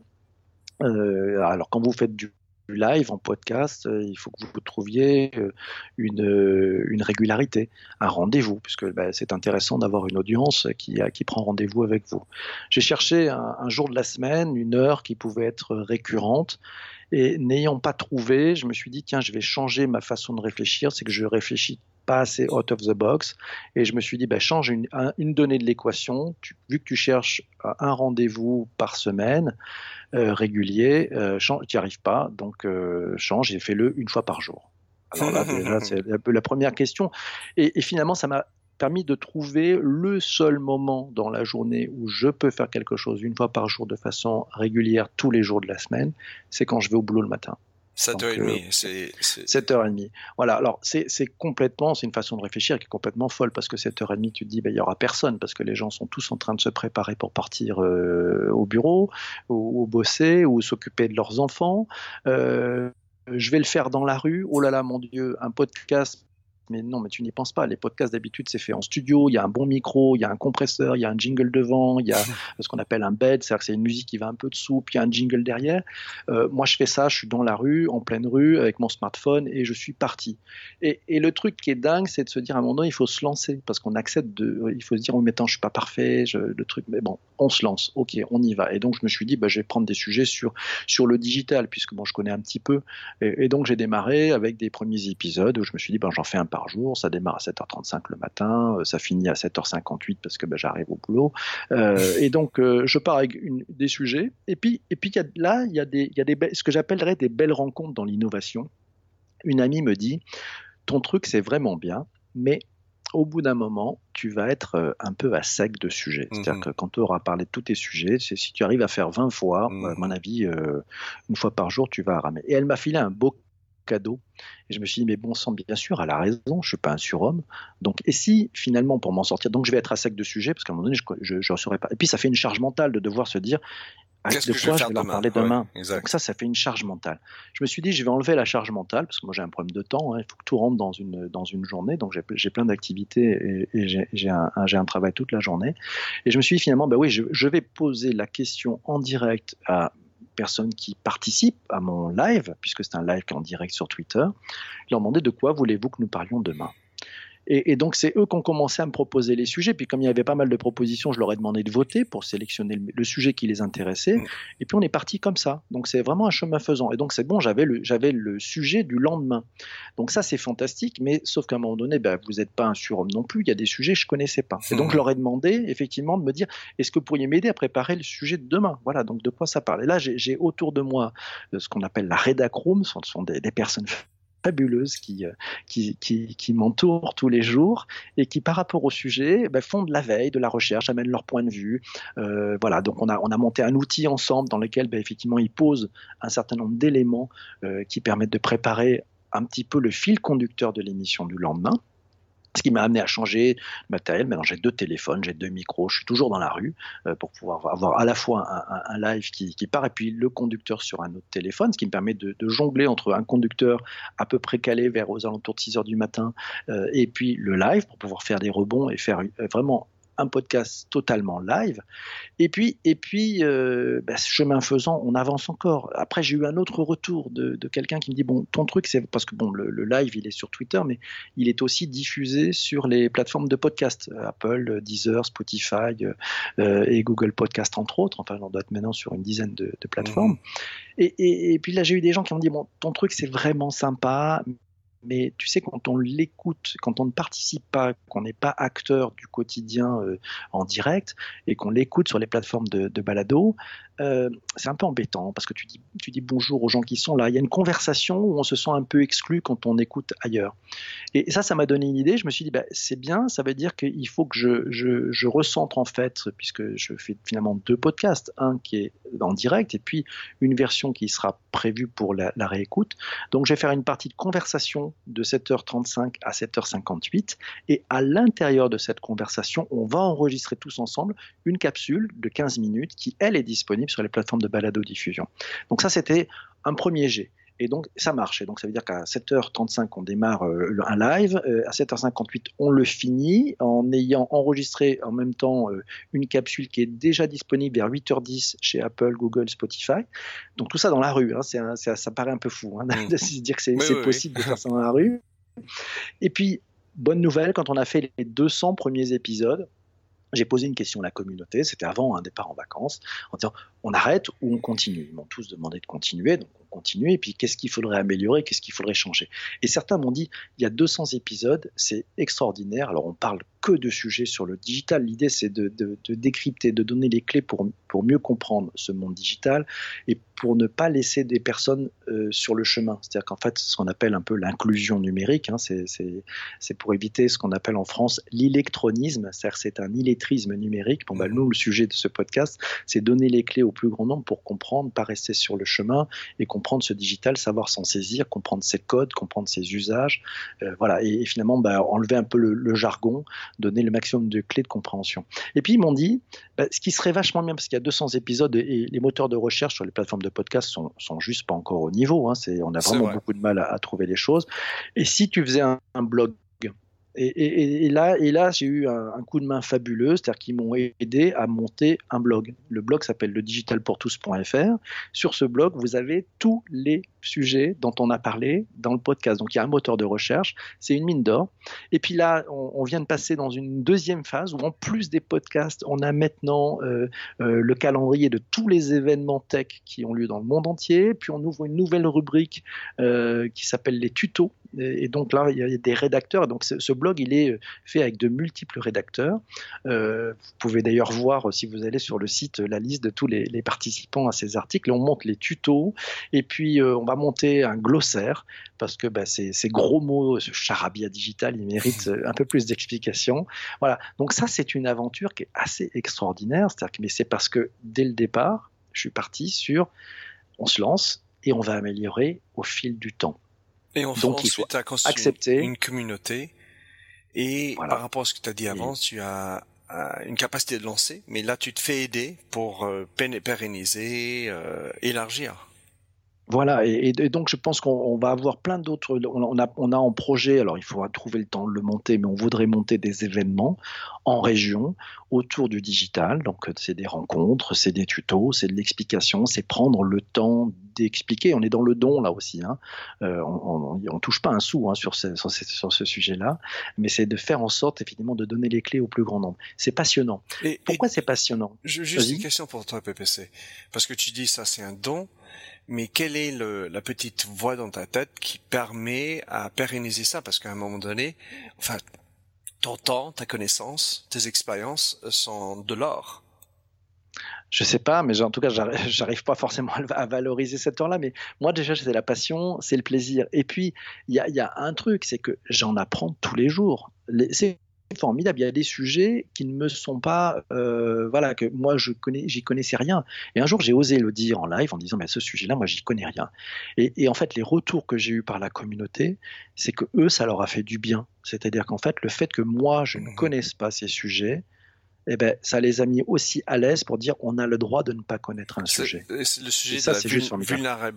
Euh, alors, quand vous faites du live en podcast, euh, il faut que vous trouviez euh, une, euh, une régularité, un rendez-vous, puisque bah, c'est intéressant d'avoir une audience qui, qui prend rendez-vous avec vous. J'ai cherché un, un jour de la semaine, une heure qui pouvait être récurrente, et n'ayant pas trouvé, je me suis dit, tiens, je vais changer ma façon de réfléchir, c'est que je réfléchis pas assez out of the box, et je me suis dit, bah, change une, un, une donnée de l'équation, tu, vu que tu cherches un rendez-vous par semaine, Euh, régulier, euh, tu n'y arrives pas, donc euh, change et fais-le une fois par jour. Alors là, déjà, c'est un peu la première question. Et, et finalement, ça m'a permis de trouver le seul moment dans la journée où je peux faire quelque chose une fois par jour de façon régulière tous les jours de la semaine, c'est quand je vais au boulot le matin. sept heures trente, euh, c'est, c'est... sept heures trente. Voilà, alors c'est, c'est complètement, c'est une façon de réfléchir qui est complètement folle parce que sept heures trente, tu te dis, ben, il n'y aura personne parce que les gens sont tous en train de se préparer pour partir euh, au bureau ou, ou bosser ou s'occuper de leurs enfants. Euh, je vais le faire dans la rue. Oh là là, mon Dieu, un podcast. Mais non, mais tu n'y penses pas. Les podcasts, d'habitude, c'est fait en studio. Il y a un bon micro, il y a un compresseur, il y a un jingle devant, il y a ce qu'on appelle un bed, c'est-à-dire que c'est une musique qui va un peu dessous, puis il y a un jingle derrière. Euh, moi, je fais ça, je suis dans la rue, en pleine rue, avec mon smartphone, et je suis parti. Et, et le truc qui est dingue, c'est de se dire à un moment donné, il faut se lancer, parce qu'on accepte de... Il faut se dire, oh, mais attends, je suis pas parfait, je, le truc... Mais bon, on se lance, ok, on y va. Et donc, je me suis dit, bah, je vais prendre des sujets sur, sur le digital, puisque bon, je connais un petit peu. Et, et donc, j'ai démarré avec des premiers épisodes où je me suis dit, bah, j'en fais un par jour, ça démarre à sept heures trente-cinq le matin, ça finit à sept heures cinquante-huit parce que ben, j'arrive au boulot. Euh, et donc, euh, je pars avec une, des sujets. Et puis, et puis y a, là, il y a, des, y a des be- ce que j'appellerais des belles rencontres dans l'innovation. Une amie me dit, ton truc, c'est vraiment bien, mais au bout d'un moment, tu vas être un peu à sec de sujets. C'est-à-dire mmh. que quand tu auras parlé de tous tes sujets, c'est, si tu arrives à faire vingt fois, mmh. à mon avis, euh, une fois par jour, tu vas ramer. Et elle m'a filé un beau cadeau. Et je me suis dit, mais bon sang, bien sûr, elle a raison, je suis pas un surhomme. Donc, et si, finalement, pour m'en sortir, donc je vais être à sec de sujet, parce qu'à un moment donné, je ne saurais pas. Et puis, ça fait une charge mentale de devoir se dire, avec de quoi je vais, je vais leur parler demain. Ouais, donc ça, ça fait une charge mentale. Je me suis dit, je vais enlever la charge mentale, parce que moi, j'ai un problème de temps, hein, il faut que tout rentre dans une, dans une journée, donc j'ai, j'ai plein d'activités et, et j'ai, j'ai, un, un, j'ai un travail toute la journée. Et je me suis dit, finalement, bah oui, je, je vais poser la question en direct à personnes qui participent à mon live, puisque c'est un live qui est en direct sur Twitter, leur demander de quoi voulez-vous que nous parlions demain. Et, et donc, c'est eux qui ont commencé à me proposer les sujets. Puis, comme il y avait pas mal de propositions, je leur ai demandé de voter pour sélectionner le, le sujet qui les intéressait. Mmh. Et puis, on est parti comme ça. Donc, c'est vraiment un chemin faisant. Et donc, c'est bon, j'avais le, j'avais le sujet du lendemain. Donc, ça, c'est fantastique. Mais sauf qu'à un moment donné, ben, vous n'êtes pas un surhomme non plus. Il y a des sujets que je ne connaissais pas. Et donc, je leur ai demandé, effectivement, de me dire, est-ce que vous pourriez m'aider à préparer le sujet de demain? Voilà, donc de quoi ça parle. Et là, j'ai, j'ai autour de moi ce qu'on appelle la Redac Room. Ce sont des, des personnes fabuleuses qui, qui, qui, qui m'entourent tous les jours et qui, par rapport au sujet, ben, font de la veille, de la recherche, amènent leur point de vue. Euh, voilà, donc on a, on a monté un outil ensemble dans lequel, ben, effectivement, ils posent un certain nombre d'éléments euh, qui permettent de préparer un petit peu le fil conducteur de l'émission du lendemain. Ce qui m'a amené à changer de matériel. Maintenant, j'ai deux téléphones, j'ai deux micros, je suis toujours dans la rue euh, pour pouvoir avoir à la fois un, un, un live qui, qui part et puis le conducteur sur un autre téléphone, ce qui me permet de, de jongler entre un conducteur à peu près calé vers aux alentours de six heures du matin euh, et puis le live pour pouvoir faire des rebonds et faire euh, vraiment un podcast totalement live. Et puis, et puis euh, bah, chemin faisant, on avance encore. Après, j'ai eu un autre retour de, de quelqu'un qui me dit, bon, ton truc, c'est parce que bon, le, le live, il est sur Twitter, mais il est aussi diffusé sur les plateformes de podcast, Apple, Deezer, Spotify euh, et Google Podcast, entre autres. Enfin, on doit être maintenant sur une dizaine de, de plateformes. Mmh. Et, et, et puis là, j'ai eu des gens qui m'ont dit, bon, ton truc, c'est vraiment sympa, mais tu sais, quand on l'écoute, quand on ne participe pas, qu'on n'est pas acteur du quotidien euh, en direct et qu'on l'écoute sur les plateformes de, de balado, euh, c'est un peu embêtant parce que tu dis, tu dis bonjour aux gens qui sont là. Il y a une conversation où on se sent un peu exclu quand on écoute ailleurs. Et ça, ça m'a donné une idée. Je me suis dit, bah, c'est bien, ça veut dire qu'il faut que je, je, je recentre en fait, puisque je fais finalement deux podcasts, un qui est en direct et puis une version qui sera prévue pour la, la réécoute. Donc, je vais faire une partie de conversation de sept heures trente-cinq à sept heures cinquante-huit et à l'intérieur de cette conversation, on va enregistrer tous ensemble une capsule de quinze minutes qui, elle, est disponible sur les plateformes de balado-diffusion. Donc ça, c'était un premier jet. Et donc, ça marche. Et donc, ça veut dire qu'à sept heures trente-cinq, on démarre euh, un live. Euh, à sept heures cinquante-huit, on le finit en ayant enregistré en même temps euh, une capsule qui est déjà disponible vers huit heures dix chez Apple, Google, Spotify. Donc, tout ça dans la rue. Hein. C'est un, c'est, ça paraît un peu fou hein, de se dire que c'est, oui, c'est oui, possible oui. de faire ça dans la rue. Et puis, bonne nouvelle, quand on a fait les deux cents premiers épisodes, j'ai posé une question à la communauté, c'était avant un départ en vacances, en disant on arrête ou on continue. Ils m'ont tous demandé de continuer, donc on continue, et puis qu'est-ce qu'il faudrait améliorer, qu'est-ce qu'il faudrait changer. Et certains m'ont dit, il y a deux cents épisodes, c'est extraordinaire, alors on parle que de sujets sur le digital, l'idée c'est de, de, de décrypter, de donner les clés pour, pour mieux comprendre ce monde digital, et pour ne pas laisser des personnes euh, sur le chemin. C'est-à-dire qu'en fait, c'est ce qu'on appelle un peu l'inclusion numérique, hein, c'est, c'est, c'est pour éviter ce qu'on appelle en France l'électronisme, c'est-à-dire c'est un illettrisme numérique. Bon, bah, nous, le sujet de ce podcast, c'est donner les clés au plus grand nombre pour comprendre, pas rester sur le chemin et comprendre ce digital, savoir s'en saisir, comprendre ses codes, comprendre ses usages, euh, voilà, et, et finalement bah, enlever un peu le, le jargon, donner le maximum de clés de compréhension. Et puis ils m'ont dit, bah, ce qui serait vachement bien, parce qu'il y a deux cents épisodes et, et les moteurs de recherche sur les plateformes de podcast sont, sont juste pas encore au niveau, hein, c'est, on a vraiment beaucoup de mal à, à trouver les choses. Et si tu faisais un, un blog, Et, et, et, là, et là, j'ai eu un, un coup de main fabuleux, c'est-à-dire qu'ils m'ont aidé à monter un blog. Le blog s'appelle le digital pour tous point f r. Sur ce blog, vous avez tous les sujets dont on a parlé dans le podcast. Donc, il y a un moteur de recherche, c'est une mine d'or. Et puis là, on, on vient de passer dans une deuxième phase où, en plus des podcasts, on a maintenant euh, euh, le calendrier de tous les événements tech qui ont lieu dans le monde entier. Puis, on ouvre une nouvelle rubrique euh, qui s'appelle les tutos. Et donc là, il y a des rédacteurs. Donc ce blog, il est fait avec de multiples rédacteurs. Euh, vous pouvez d'ailleurs voir, si vous allez sur le site, la liste de tous les, les participants à ces articles. On monte les tutos et puis euh, on va monter un glossaire parce que bah, ces, ces gros mots, ce charabia digital, il mérite un peu plus d'explications. Voilà. Donc ça, c'est une aventure qui est assez extraordinaire. C'est-à-dire que, mais c'est parce que dès le départ, je suis parti sur, on se lance et on va améliorer au fil du temps. Et on donc il faut accepter une communauté et voilà. Par rapport à ce que tu as dit avant, et... tu as euh, une capacité de lancer, mais là tu te fais aider pour euh, pérenniser, euh, élargir. Voilà, et, et donc je pense qu'on on va avoir plein d'autres, on a, on a en projet, alors il faudra trouver le temps de le monter, mais on voudrait monter des événements en région autour du digital, donc c'est des rencontres, c'est des tutos, c'est de l'explication, c'est prendre le temps d'expliquer, on est dans le don là aussi, hein. euh, on, on, on touche pas un sou hein, sur, ce, sur, ce, sur ce sujet-là, mais c'est de faire en sorte effectivement de donner les clés au plus grand nombre. C'est passionnant. Et, Pourquoi et c'est passionnant? Juste Vas-y. Une question pour toi P P C, parce que tu dis ça c'est un don, mais quelle est le, la petite voix dans ta tête qui permet à pérenniser ça? Parce qu'à un moment donné, enfin, ton temps, ta connaissance, tes expériences sont de l'or. Je sais pas, mais en tout cas, j'arrive, j'arrive pas forcément à valoriser cette heure-là. Mais moi, déjà, c'est la passion, c'est le plaisir. Et puis, il y a, y a un truc, c'est que j'en apprends tous les jours. Les, c'est formidable. Il y a des sujets qui ne me sont pas, euh, voilà, que moi je connais, j'y connaissais rien. Et un jour, j'ai osé le dire en live en disant, mais ce sujet-là, moi, j'y connais rien. Et, et en fait, les retours que j'ai eus par la communauté, c'est que eux, ça leur a fait du bien. C'est-à-dire qu'en fait, le fait que moi, je ne connaisse pas ces sujets, eh ben, ça les a mis aussi à l'aise pour dire, on a le droit de ne pas connaître un c'est, sujet. C'est le sujet ça, de la vul-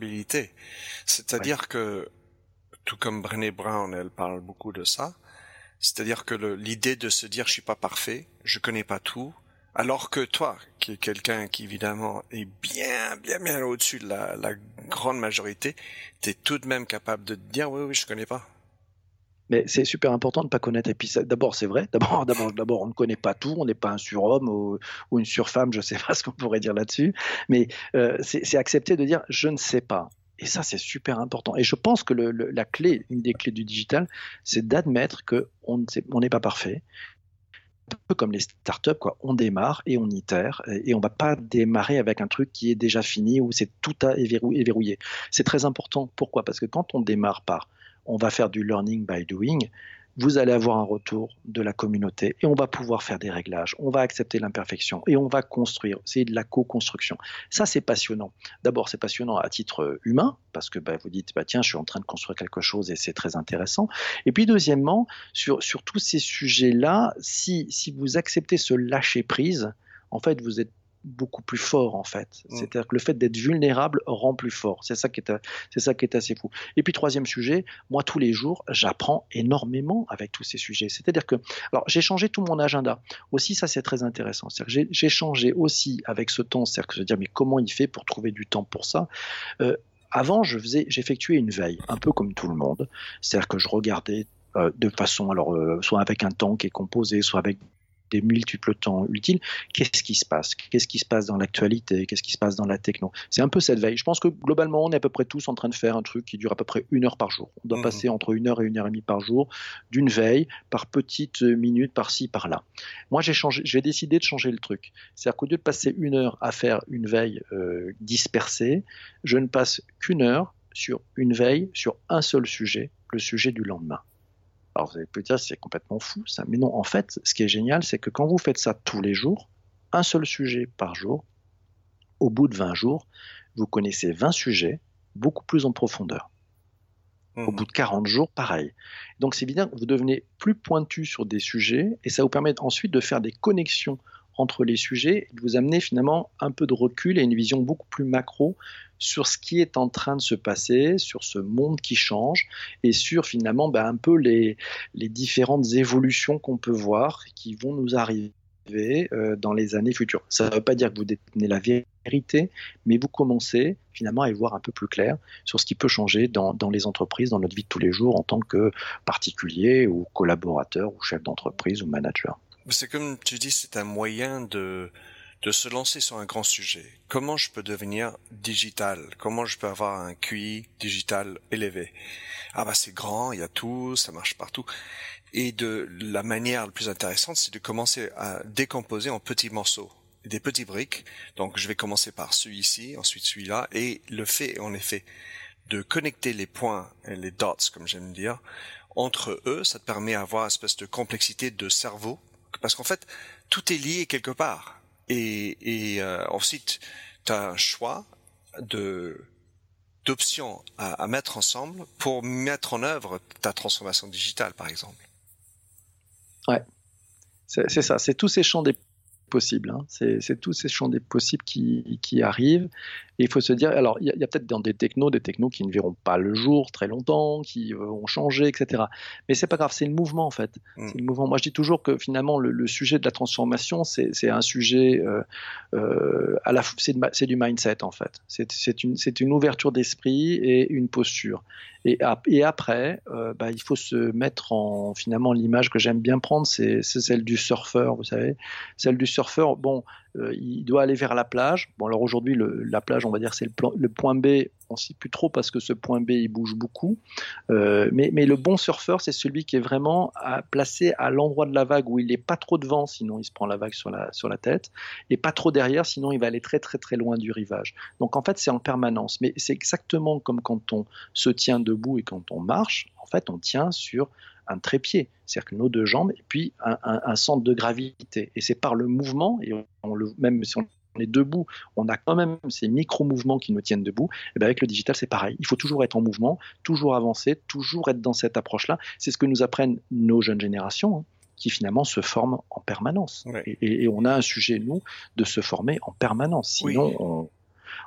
vulnérabilité. C'est-à-dire ouais. que, tout comme Brené Brown, elle parle beaucoup de ça. C'est-à-dire que le, l'idée de se dire je suis pas parfait, je connais pas tout, alors que toi, qui est quelqu'un qui évidemment est bien, bien, bien au-dessus de la, la grande majorité, t'es tout de même capable de te dire oui, oui, je connais pas. Mais c'est super important de ne pas connaître. Et puis, ça, d'abord, c'est vrai. D'abord, d'abord, d'abord, on ne connaît pas tout. On n'est pas un surhomme ou, ou une surfemme. Je ne sais pas ce qu'on pourrait dire là-dessus. Mais euh, c'est, c'est accepter de dire je ne sais pas. Et ça, c'est super important. Et je pense que le, le, la clé, une des clés du digital, c'est d'admettre qu'on on n'est pas parfait. Un peu comme les startups, quoi. On démarre et on itère et on va pas démarrer avec un truc qui est déjà fini où c'est tout à verrouiller. C'est très important. Pourquoi ? Parce que quand on démarre par on va faire du learning by doing, vous allez avoir un retour de la communauté et on va pouvoir faire des réglages, on va accepter l'imperfection et on va construire. C'est de la co-construction. Ça, c'est passionnant. D'abord, c'est passionnant à titre humain parce que bah, vous dites, bah, tiens, je suis en train de construire quelque chose et c'est très intéressant. Et puis, deuxièmement, sur, sur tous ces sujets-là, si, si vous acceptez ce lâcher-prise, en fait, vous êtes beaucoup plus fort en fait. Mmh. C'est-à-dire que le fait d'être vulnérable rend plus fort. C'est ça qui est, c'est ça qui est assez fou. Et puis troisième sujet, moi tous les jours, j'apprends énormément avec tous ces sujets. C'est-à-dire que, alors j'ai changé tout mon agenda. Aussi ça c'est très intéressant. C'est-à-dire que j'ai, j'ai changé aussi avec ce temps. C'est-à-dire que je veux dire mais comment il fait pour trouver du temps pour ça euh, Avant je faisais, j'effectuais une veille, un peu comme tout le monde. C'est-à-dire que je regardais euh, de façon, alors euh, soit avec un temps qui est composé, soit avec des multiples temps utiles, qu'est-ce qui se passe ? Qu'est-ce qui se passe dans l'actualité ? Qu'est-ce qui se passe dans la techno ? C'est un peu cette veille. Je pense que globalement, on est à peu près tous en train de faire un truc qui dure à peu près une heure par jour. On doit mmh. passer entre une heure et une heure et demie par jour d'une veille, par petites minutes, par-ci, par-là. Moi, j'ai changé, j'ai décidé de changer le truc. C'est-à-dire qu'au lieu de passer une heure à faire une veille euh, dispersée, je ne passe qu'une heure sur une veille sur un seul sujet, le sujet du lendemain. Alors vous allez peut-être dire c'est complètement fou ça, mais non, en fait, ce qui est génial, c'est que quand vous faites ça tous les jours, un seul sujet par jour, au bout de vingt jours, vous connaissez vingt sujets, beaucoup plus en profondeur. Mmh. Au bout de quarante jours, pareil. Donc c'est évident que vous devenez plus pointu sur des sujets et ça vous permet ensuite de faire des connexions entre les sujets et de vous amener finalement un peu de recul et une vision beaucoup plus macro sur ce qui est en train de se passer, sur ce monde qui change et sur finalement ben, un peu les, les différentes évolutions qu'on peut voir qui vont nous arriver euh, dans les années futures. Ça ne veut pas dire que vous détenez la vérité, mais vous commencez finalement à y voir un peu plus clair sur ce qui peut changer dans, dans les entreprises, dans notre vie de tous les jours en tant que particulier ou collaborateur ou chef d'entreprise ou manager. C'est comme tu dis, c'est un moyen de de se lancer sur un grand sujet. Comment je peux devenir digital ? Comment je peux avoir un Q I digital élevé ? Ah bah c'est grand, il y a tout, ça marche partout. Et de la manière la plus intéressante, c'est de commencer à décomposer en petits morceaux, des petits briques. Donc je vais commencer par celui-ci, ensuite celui-là, et le fait en effet de connecter les points, les dots comme j'aime dire, entre eux, ça te permet d'avoir une espèce de complexité de cerveau. Parce qu'en fait, tout est lié quelque part. Et, et euh, ensuite, tu as un choix de d'options à, à mettre ensemble pour mettre en œuvre ta transformation digitale, par exemple. Ouais, c'est, c'est ça. C'est tous ces champs des possibles. Hein. C'est, c'est tous ces champs des possibles qui, qui arrivent. Et il faut se dire, alors il y, y a peut-être dans des technos, des technos qui ne verront pas le jour très longtemps, qui vont changer, et cetera. Mais c'est pas grave, c'est le mouvement en fait. Mm. C'est le mouvement. Moi je dis toujours que finalement le, le sujet de la transformation, c'est, c'est un sujet euh, euh, à la, c'est, de, c'est du mindset en fait. C'est, c'est, une, c'est une ouverture d'esprit et une posture. Et, et après, euh, bah, il faut se mettre en finalement l'image que j'aime bien prendre, c'est, c'est celle du surfeur, vous savez, celle du surfeur. Bon. Euh, il doit aller vers la plage. Bon, alors aujourd'hui, le, la plage, on va dire, c'est le, plan, le point B. On ne sait plus trop parce que ce point B, il bouge beaucoup. Euh, mais, mais le bon surfeur, c'est celui qui est vraiment à, placé à l'endroit de la vague où il n'est pas trop devant, sinon il se prend la vague sur la, sur la tête, et pas trop derrière, sinon il va aller très, très, très loin du rivage. Donc en fait, c'est en permanence. Mais c'est exactement comme quand on se tient debout et quand on marche. En fait, on tient sur un trépied, c'est-à-dire que nos deux jambes, et puis un, un, un centre de gravité. Et c'est par le mouvement, et on, on le, même si on est debout, on a quand même ces micro-mouvements qui nous tiennent debout. Et bien avec le digital, c'est pareil. Il faut toujours être en mouvement, toujours avancer, toujours être dans cette approche-là. C'est ce que nous apprennent nos jeunes générations, hein, qui finalement se forment en permanence. Ouais. Et, et, et on a un sujet, nous, de se former en permanence. Sinon, oui. on...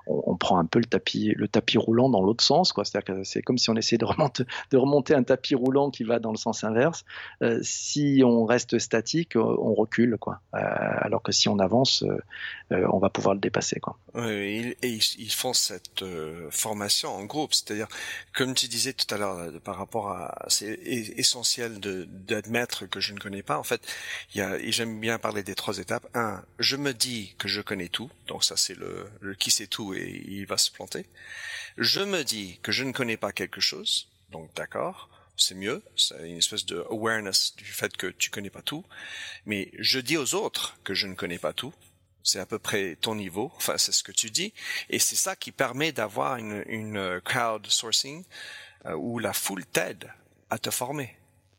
on, on prend un peu le tapis, le tapis roulant dans l'autre sens, quoi. C'est-à-dire que c'est comme si on essayait de remonter, de remonter un tapis roulant qui va dans le sens inverse. Euh, si on reste statique, on recule, quoi. Euh, alors que si on avance, euh, on va pouvoir le dépasser, quoi. Oui, et ils, ils font cette euh, formation en groupe, c'est-à-dire, comme tu disais tout à l'heure, euh, par rapport à, c'est essentiel de d'admettre que je ne connais pas. En fait, il y a, et j'aime bien parler des trois étapes. Un, je me dis que je connais tout, donc ça c'est le, le qui sait tout et il va se planter. Je me dis que je ne connais pas quelque chose, donc d'accord. C'est mieux, c'est une espèce de awareness du fait que tu connais pas tout. Mais je dis aux autres que je ne connais pas tout. C'est à peu près ton niveau, enfin c'est ce que tu dis, et c'est ça qui permet d'avoir une, une crowdsourcing euh, où la foule t'aide à te former.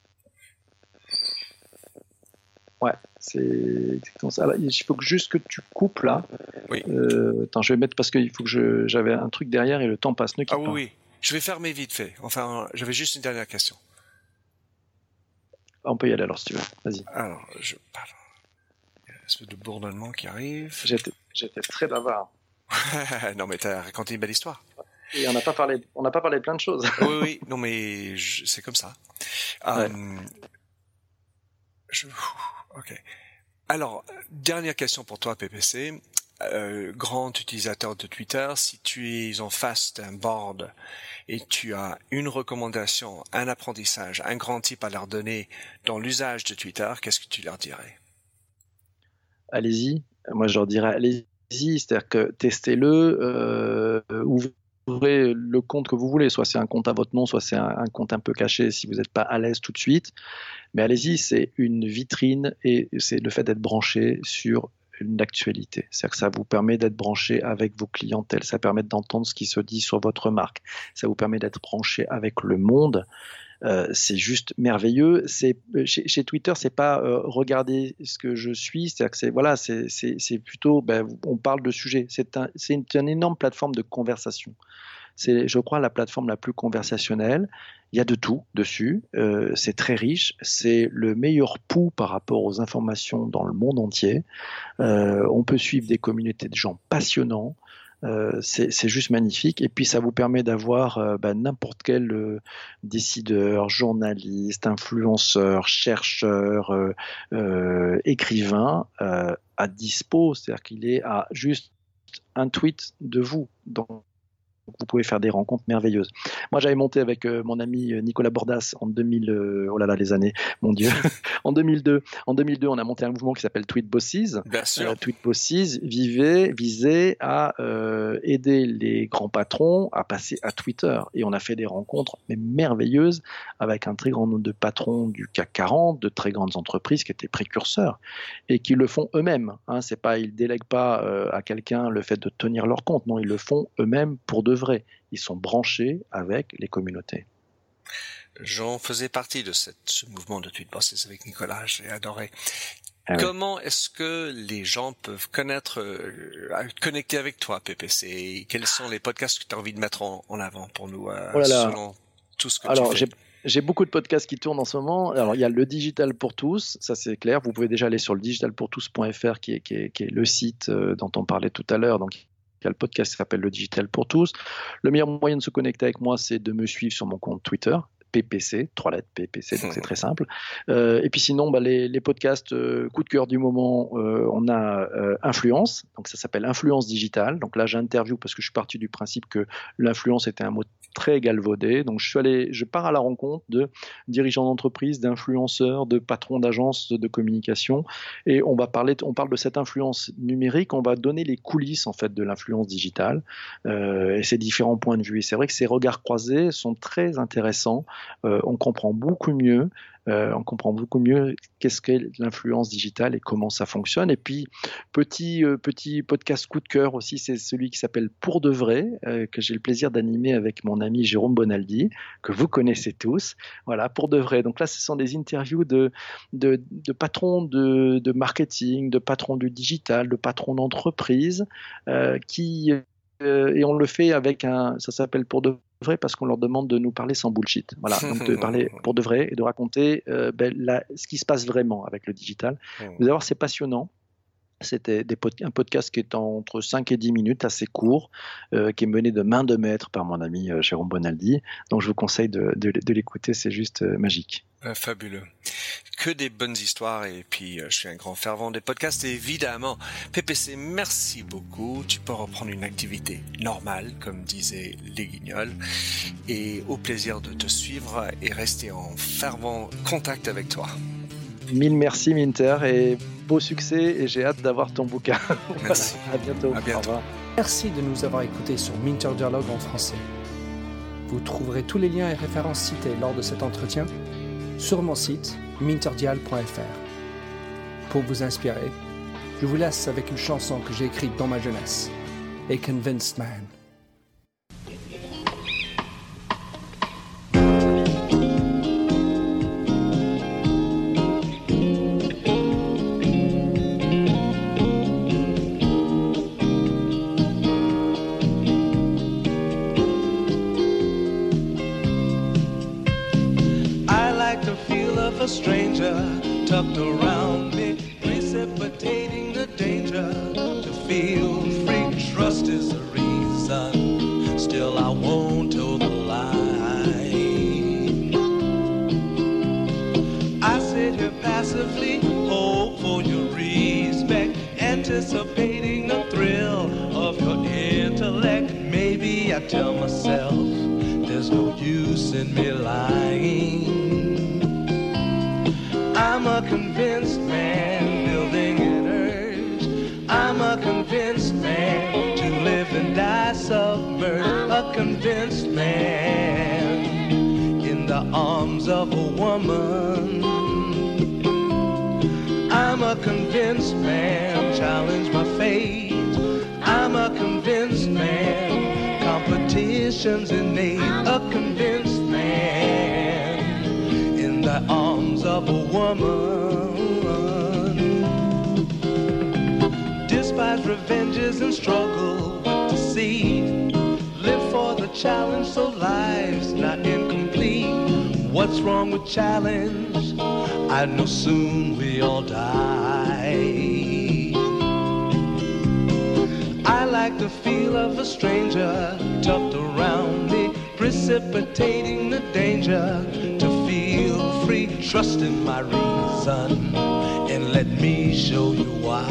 Ouais, c'est exactement ça. Là, il faut que juste que tu coupes là. Oui. Euh, attends, je vais mettre parce qu'il faut que je, j'avais un truc derrière et le temps passe. Ne quitte ah oui, pas. oui, je vais fermer vite fait. Enfin, j'avais juste une dernière question. On peut y aller alors si tu veux. Vas-y. Alors, je pardon. Une espèce de bourdonnement qui arrive. J'étais, j'étais très bavard. Non mais t'as raconté une belle histoire. Et on n'a pas parlé, on n'a pas parlé de plein de choses. Oui, oui, non mais je, c'est comme ça. Ouais. Um, je, ok. Alors, dernière question pour toi, P P C. Euh, grand utilisateur de Twitter, si tu es en face d'un board et tu as une recommandation, un apprentissage, un grand type à leur donner dans l'usage de Twitter, qu'est-ce que tu leur dirais? Allez-y. Moi, je leur dirais allez-y. C'est-à-dire que testez-le, euh, ouvrez le compte que vous voulez. Soit c'est un compte à votre nom, soit c'est un, un compte un peu caché si vous n'êtes pas à l'aise tout de suite. Mais allez-y, c'est une vitrine et c'est le fait d'être branché sur une actualité. C'est-à-dire que ça vous permet d'être branché avec vos clientèles. Ça permet d'entendre ce qui se dit sur votre marque. Ça vous permet d'être branché avec le monde. Euh, c'est juste merveilleux. C'est chez, chez Twitter, c'est pas euh, regarder ce que je suis, c'est-à-dire que c'est voilà, c'est c'est c'est plutôt ben, on parle de sujets. C'est un c'est une, une énorme plateforme de conversation. C'est, je crois, la plateforme la plus conversationnelle. Il y a de tout dessus. Euh, c'est très riche. C'est le meilleur pouls par rapport aux informations dans le monde entier. Euh, on peut suivre des communautés de gens passionnants. Euh, c'est, c'est juste magnifique. Et puis, ça vous permet d'avoir euh, bah, n'importe quel euh, décideur, journaliste, influenceur, chercheur, euh, euh, écrivain euh, à dispo. C'est-à-dire qu'il est à juste un tweet de vous. Donc, vous pouvez faire des rencontres merveilleuses. Moi, j'avais monté avec euh, mon ami Nicolas Bordas en deux mille, euh, oh là là, les années, mon Dieu, en deux mille deux. En deux mille deux, on a monté un mouvement qui s'appelle Tweet Bosses. Bien sûr. Euh, Tweet Bosses vivait, visait à euh, aider les grands patrons à passer à Twitter. Et on a fait des rencontres mais merveilleuses avec un très grand nombre de patrons du C A C quarante, de très grandes entreprises qui étaient précurseurs et qui le font eux-mêmes. Hein, c'est pas, ils délèguent pas euh, à quelqu'un le fait de tenir leur compte. Non, ils le font eux-mêmes pour de vrai. Ils sont branchés avec les communautés. J'en faisais partie de cette, ce mouvement de Tweet Bosses avec Nicolas, j'ai adoré. Ah oui. Comment est-ce que les gens peuvent connaître, euh, connecter avec toi, P P C? Quels sont les podcasts que tu as envie de mettre en, en avant pour nous, euh, oh là là. selon tout ce que Alors, tu fais? j'ai... J'ai beaucoup de podcasts qui tournent en ce moment. Alors, il y a le Digital pour tous, ça c'est clair. Vous pouvez déjà aller sur le digital pour tous point f r qui est, qui est, qui est le site euh, dont on parlait tout à l'heure. Donc, il y a le podcast qui s'appelle le Digital pour tous. Le meilleur moyen de se connecter avec moi, c'est de me suivre sur mon compte Twitter. P P C, trois lettres P P C, donc c'est très simple. Euh, et puis sinon, bah, les, les podcasts euh, coup de cœur du moment, euh, on a euh, Influence, donc ça s'appelle Influence Digitale. Donc là, j'interview parce que je suis parti du principe que l'influence était un mot très galvaudé. Donc je suis allé, je pars à la rencontre de dirigeants d'entreprise, d'influenceurs, de patrons d'agences de communication, et on va parler, on parle de cette influence numérique. On va donner les coulisses en fait de l'influence digitale euh, et ses différents points de vue. Et c'est vrai que ces regards croisés sont très intéressants. Euh, on comprend beaucoup mieux, euh, on comprend beaucoup mieux qu'est-ce qu'est l'influence digitale et comment ça fonctionne. Et puis petit euh, petit podcast coup de cœur aussi, c'est celui qui s'appelle Pour de vrai, euh, que j'ai le plaisir d'animer avec mon ami Jérôme Bonaldi, que vous connaissez tous. Voilà, Pour de vrai. Donc là, ce sont des interviews de de, de patrons de, de marketing, de patrons du digital, de patrons d'entreprise, euh, qui euh, et on le fait avec un, ça s'appelle Pour de vrai parce qu'on leur demande de nous parler sans bullshit. Voilà, donc de parler pour de vrai et de raconter euh, ben, la, ce qui se passe vraiment avec le digital. Vous allez voir, c'est passionnant. C'était des pod- un podcast qui est entre cinq et dix minutes, assez court, euh, qui est mené de main de maître par mon ami euh, Jérôme Bonaldi. Donc je vous conseille de, de, de l'écouter, c'est juste euh, magique. Euh, fabuleux. Que des bonnes histoires et puis euh, je suis un grand fervent des podcasts et évidemment. P P C, merci beaucoup. Tu peux reprendre une activité normale, comme disaient les Guignols. Et au plaisir de te suivre et rester en fervent contact avec toi. Mille merci Minter et beau succès et j'ai hâte d'avoir ton bouquin. Merci. À bientôt. À bientôt. Au revoir. Merci de nous avoir écoutés sur Minter Dialogue en français. Vous trouverez tous les liens et références cités lors de cet entretien sur mon site minterdial point f r. Pour vous inspirer, je vous laisse avec une chanson que j'ai écrite dans ma jeunesse, A Convinced Man. A stranger tucked around me, precipitating the danger. To feel free, trust is the reason. Still, I won't toe the line. I sit here passively, hope for your respect, anticipating the thrill of your intellect. Maybe I tell myself there's no use in me lying. I'm a convinced man, building an urge. I'm a convinced man, to live and die submerged. A convinced man, in the arms of a woman. I'm a convinced man, challenge my fate. I'm a convinced man, competition's innate. A convinced man, in the arms of a woman. Despise revenges and struggle with deceit. Live for the challenge so life's not incomplete. What's wrong with challenge? I know soon we all die. I like the feel of a stranger tucked around me, precipitating the danger. To feel free, trust in my reason, and let me show you why.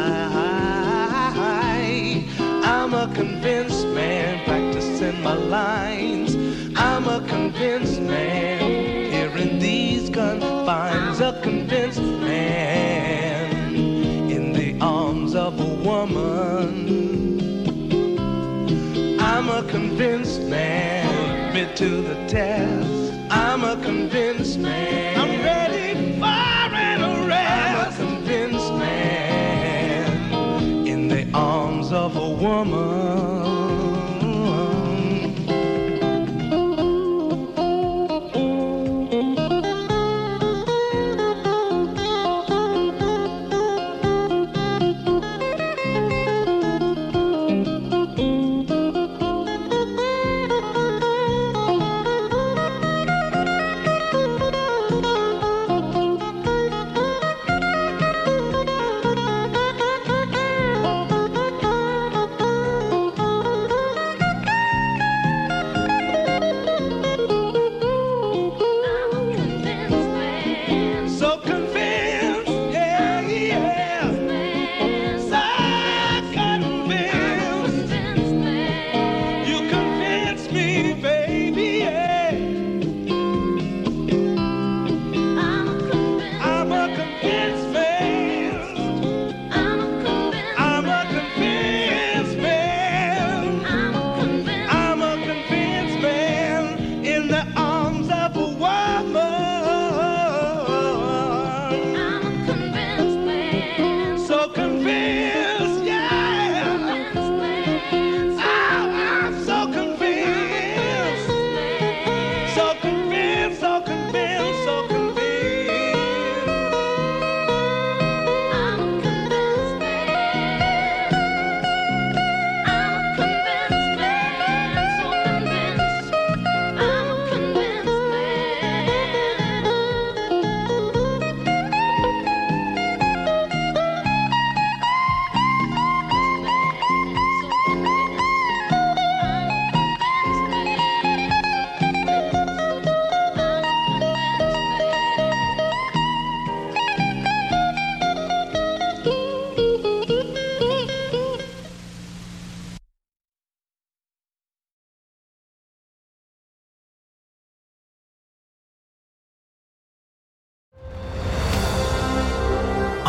I'm a convinced man, practicing my lines. I'm a convinced man, here in these confines. A convinced man, in the arms of a woman. I'm a convinced man, admit to the test. I'm a convinced man, I'm ready for an arrest. I'm a convinced man, in the arms of a woman.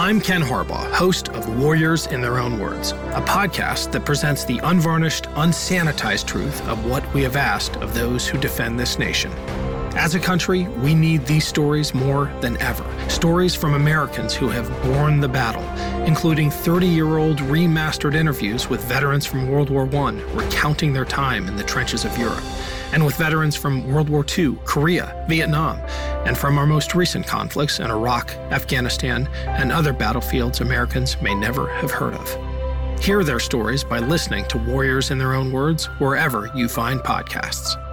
I'm Ken Harbaugh, host of Warriors in Their Own Words, a podcast that presents the unvarnished, unsanitized truth of what we have asked of those who defend this nation. As a country, we need these stories more than ever. Stories from Americans who have borne the battle, including thirty-year-old remastered interviews with veterans from World War One recounting their time in the trenches of Europe, and with veterans from World War Two, Korea, Vietnam, and from our most recent conflicts in Iraq, Afghanistan, and other battlefields Americans may never have heard of. Hear their stories by listening to Warriors in Their Own Words wherever you find podcasts.